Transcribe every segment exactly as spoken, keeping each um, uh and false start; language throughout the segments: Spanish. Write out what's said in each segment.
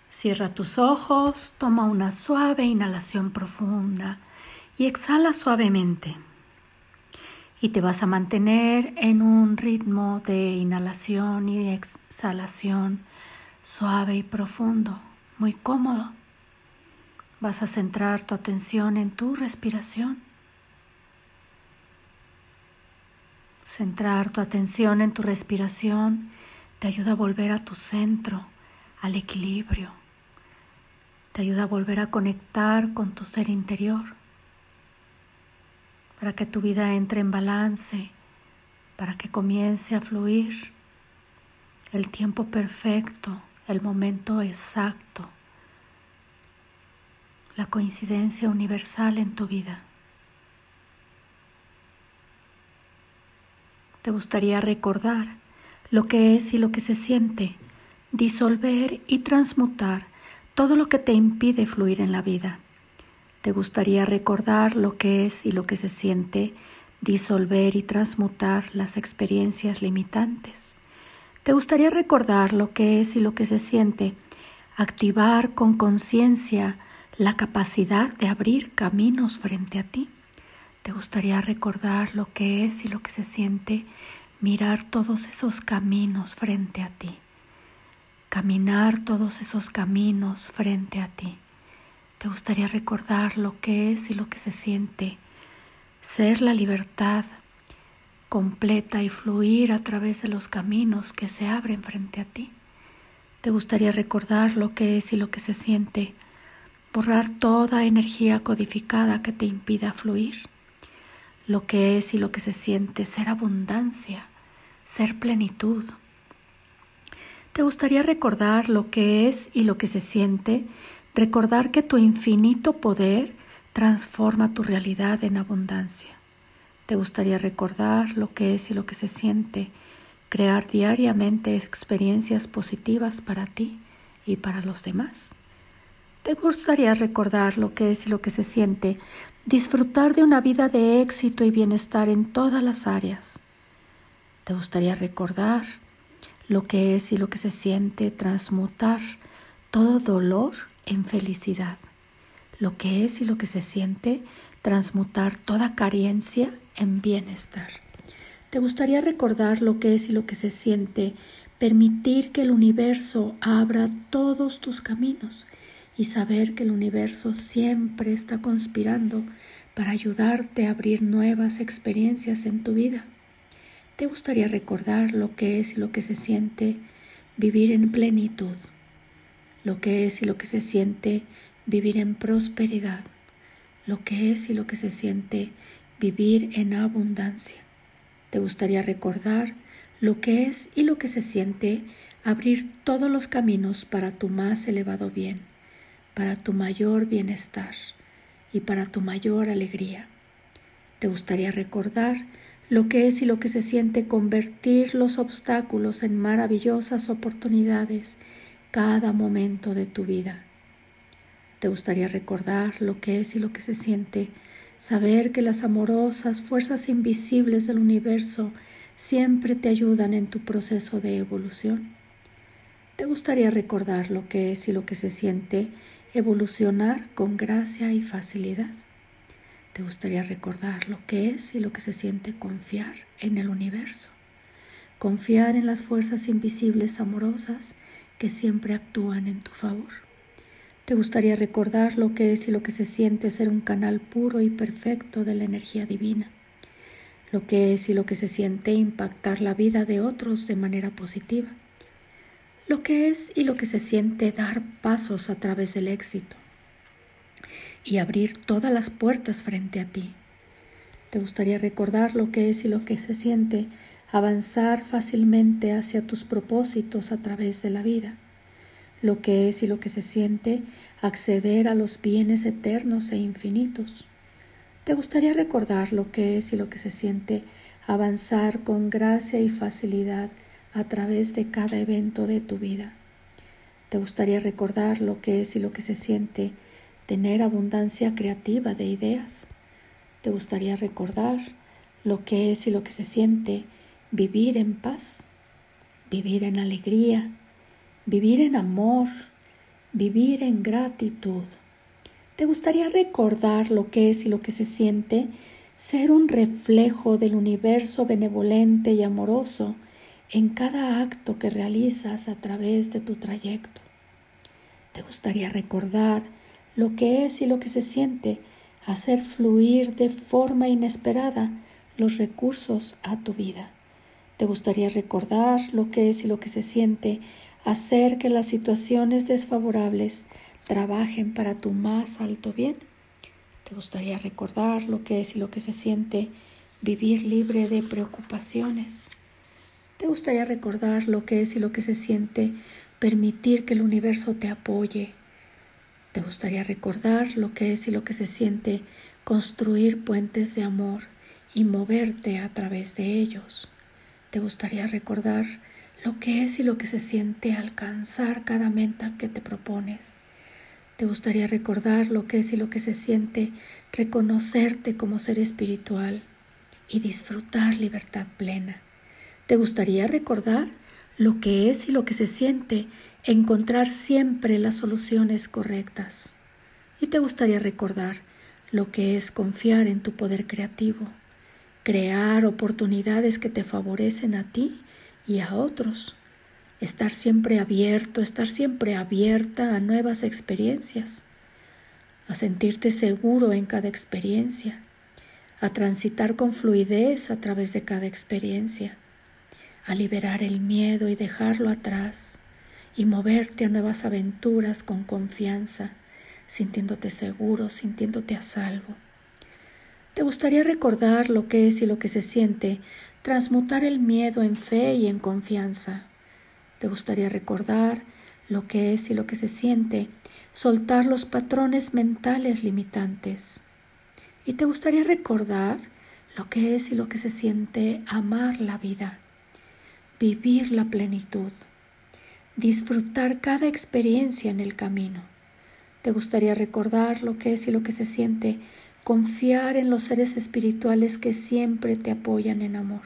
Cierra tus ojos, toma una suave inhalación profunda y exhala suavemente. Y te vas a mantener en un ritmo de inhalación y exhalación suave y profundo, muy cómodo. Vas a centrar tu atención en tu respiración. Centrar tu atención en tu respiración te ayuda a volver a tu centro, al equilibrio. Te ayuda a volver a conectar con tu ser interior, para que tu vida entre en balance, para que comience a fluir el tiempo perfecto, el momento exacto, la coincidencia universal en tu vida. Te gustaría recordar lo que es y lo que se siente, disolver y transmutar todo lo que te impide fluir en la vida. Te gustaría recordar lo que es y lo que se siente, disolver y transmutar las experiencias limitantes. Te gustaría recordar lo que es y lo que se siente, activar con conciencia la capacidad de abrir caminos frente a ti. Te gustaría recordar lo que es y lo que se siente, mirar todos esos caminos frente a ti. Caminar todos esos caminos frente a ti. Te gustaría recordar lo que es y lo que se siente, ser la libertad completa y fluir a través de los caminos que se abren frente a ti. Te gustaría recordar lo que es y lo que se siente, borrar toda energía codificada que te impida fluir. Lo que es y lo que se siente, ser abundancia, ser plenitud. Te gustaría recordar lo que es y lo que se siente, recordar que tu infinito poder transforma tu realidad en abundancia. Te gustaría recordar lo que es y lo que se siente, crear diariamente experiencias positivas para ti y para los demás. Te gustaría recordar lo que es y lo que se siente, disfrutar de una vida de éxito y bienestar en todas las áreas. Te gustaría recordar lo que es y lo que se siente, transmutar todo dolor en felicidad. Lo que es y lo que se siente, transmutar toda carencia en bienestar. Te gustaría recordar lo que es y lo que se siente, permitir que el universo abra todos tus caminos y saber que el universo siempre está conspirando para ayudarte a abrir nuevas experiencias en tu vida. Te gustaría recordar lo que es y lo que se siente, vivir en plenitud. Lo que es y lo que se siente, vivir en prosperidad. Lo que es y lo que se siente, vivir en abundancia. Te gustaría recordar lo que es y lo que se siente, abrir todos los caminos para tu más elevado bien, para tu mayor bienestar y para tu mayor alegría. Te gustaría recordar lo que es y lo que se siente, convertir los obstáculos en maravillosas oportunidades cada momento de tu vida. Te gustaría recordar lo que es y lo que se siente, saber que las amorosas fuerzas invisibles del universo siempre te ayudan en tu proceso de evolución. Te gustaría recordar lo que es y lo que se siente, evolucionar con gracia y facilidad. Te gustaría recordar lo que es y lo que se siente, confiar en el universo, confiar en las fuerzas invisibles amorosas que siempre actúan en tu favor. Te gustaría recordar lo que es y lo que se siente, ser un canal puro y perfecto de la energía divina. Lo que es y lo que se siente, impactar la vida de otros de manera positiva. Lo que es y lo que se siente, dar pasos a través del éxito y abrir todas las puertas frente a ti. Te gustaría recordar lo que es y lo que se siente, avanzar fácilmente hacia tus propósitos a través de la vida. Lo que es y lo que se siente, acceder a los bienes eternos e infinitos. Te gustaría recordar lo que es y lo que se siente, avanzar con gracia y facilidad a través de cada evento de tu vida. Te gustaría recordar lo que es y lo que se siente, tener abundancia creativa de ideas. Te gustaría recordar lo que es y lo que se siente, vivir en paz, vivir en alegría, vivir en amor, vivir en gratitud. ¿Te gustaría recordar lo que es y lo que se siente ser un reflejo del universo benevolente y amoroso en cada acto que realizas a través de tu trayecto? ¿Te gustaría recordar lo que es y lo que se siente hacer fluir de forma inesperada los recursos a tu vida? ¿Te gustaría recordar lo que es y lo que se siente hacer que las situaciones desfavorables trabajen para tu más alto bien? ¿Te gustaría recordar lo que es y lo que se siente vivir libre de preocupaciones? ¿Te gustaría recordar lo que es y lo que se siente permitir que el universo te apoye? ¿Te gustaría recordar lo que es y lo que se siente construir puentes de amor y moverte a través de ellos? ¿Te gustaría recordar lo que es y lo que se siente alcanzar cada meta que te propones? ¿Te gustaría recordar lo que es y lo que se siente reconocerte como ser espiritual y disfrutar libertad plena? ¿Te gustaría recordar lo que es y lo que se siente encontrar siempre las soluciones correctas? ¿Y te gustaría recordar lo que es confiar en tu poder creativo, crear oportunidades que te favorecen a ti y a otros, estar siempre abierto, estar siempre abierta a nuevas experiencias, a sentirte seguro en cada experiencia, a transitar con fluidez a través de cada experiencia, a liberar el miedo y dejarlo atrás y moverte a nuevas aventuras con confianza, sintiéndote seguro, sintiéndote a salvo? ¿Te gustaría recordar lo que es y lo que se siente transmutar el miedo en fe y en confianza? ¿Te gustaría recordar lo que es y lo que se siente soltar los patrones mentales limitantes? ¿Y te gustaría recordar lo que es y lo que se siente amar la vida, vivir la plenitud, disfrutar cada experiencia en el camino? ¿Te gustaría recordar lo que es y lo que se siente confiar en los seres espirituales que siempre te apoyan en amor?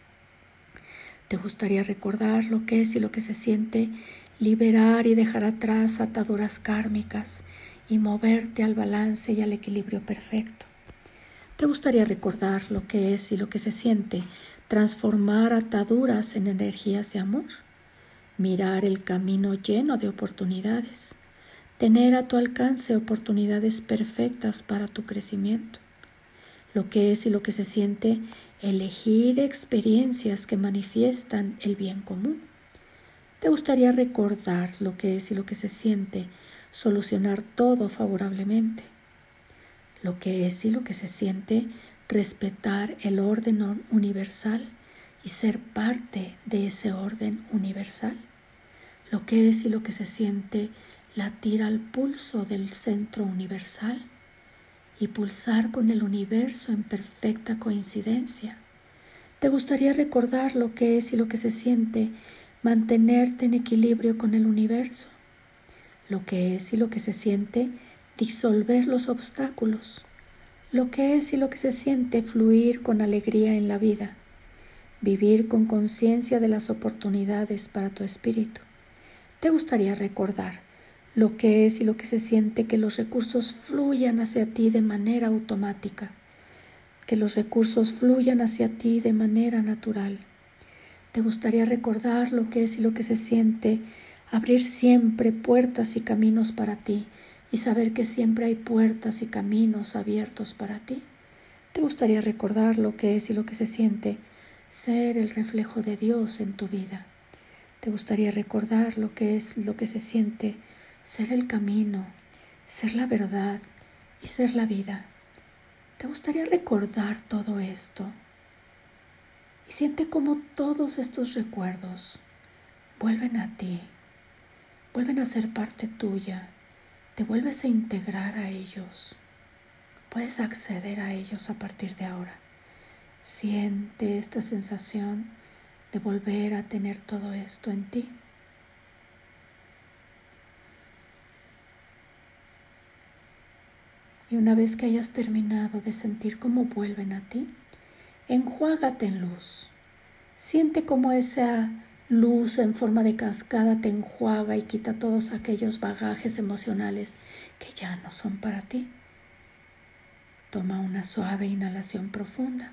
¿Te gustaría recordar lo que es y lo que se siente liberar y dejar atrás ataduras kármicas y moverte al balance y al equilibrio perfecto? ¿Te gustaría recordar lo que es y lo que se siente transformar ataduras en energías de amor? Mirar el camino lleno de oportunidades, tener a tu alcance oportunidades perfectas para tu crecimiento. Lo que es y lo que se siente elegir experiencias que manifiestan el bien común. ¿Te gustaría recordar lo que es y lo que se siente solucionar todo favorablemente? Lo que es y lo que se siente respetar el orden universal y ser parte de ese orden universal. Lo que es y lo que se siente latir al pulso del centro universal y pulsar con el universo en perfecta coincidencia. ¿Te gustaría recordar lo que es y lo que se siente mantenerte en equilibrio con el universo? Lo que es y lo que se siente disolver los obstáculos. Lo que es y lo que se siente fluir con alegría en la vida, vivir con conciencia de las oportunidades para tu espíritu. ¿Te gustaría recordar lo que es y lo que se siente que los recursos fluyan hacia ti de manera automática, que los recursos fluyan hacia ti de manera natural? ¿Te gustaría recordar lo que es y lo que se siente abrir siempre puertas y caminos para ti y saber que siempre hay puertas y caminos abiertos para ti? ¿Te gustaría recordar lo que es y lo que se siente ser el reflejo de Dios en tu vida? ¿Te gustaría recordar lo que es lo que se siente ser el camino, ser la verdad y ser la vida? ¿Te gustaría recordar todo esto? Y siente cómo todos estos recuerdos vuelven a ti, vuelven a ser parte tuya, te vuelves a integrar a ellos, puedes acceder a ellos a partir de ahora. Siente esta sensación de volver a tener todo esto en ti. Y una vez que hayas terminado de sentir cómo vuelven a ti, enjuágate en luz. Siente cómo esa luz en forma de cascada te enjuaga y quita todos aquellos bagajes emocionales que ya no son para ti. Toma una suave inhalación profunda.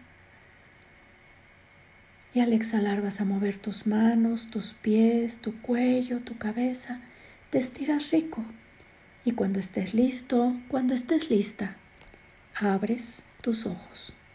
Y al exhalar vas a mover tus manos, tus pies, tu cuello, tu cabeza. Te estiras rico. Y cuando estés listo, cuando estés lista, abres tus ojos.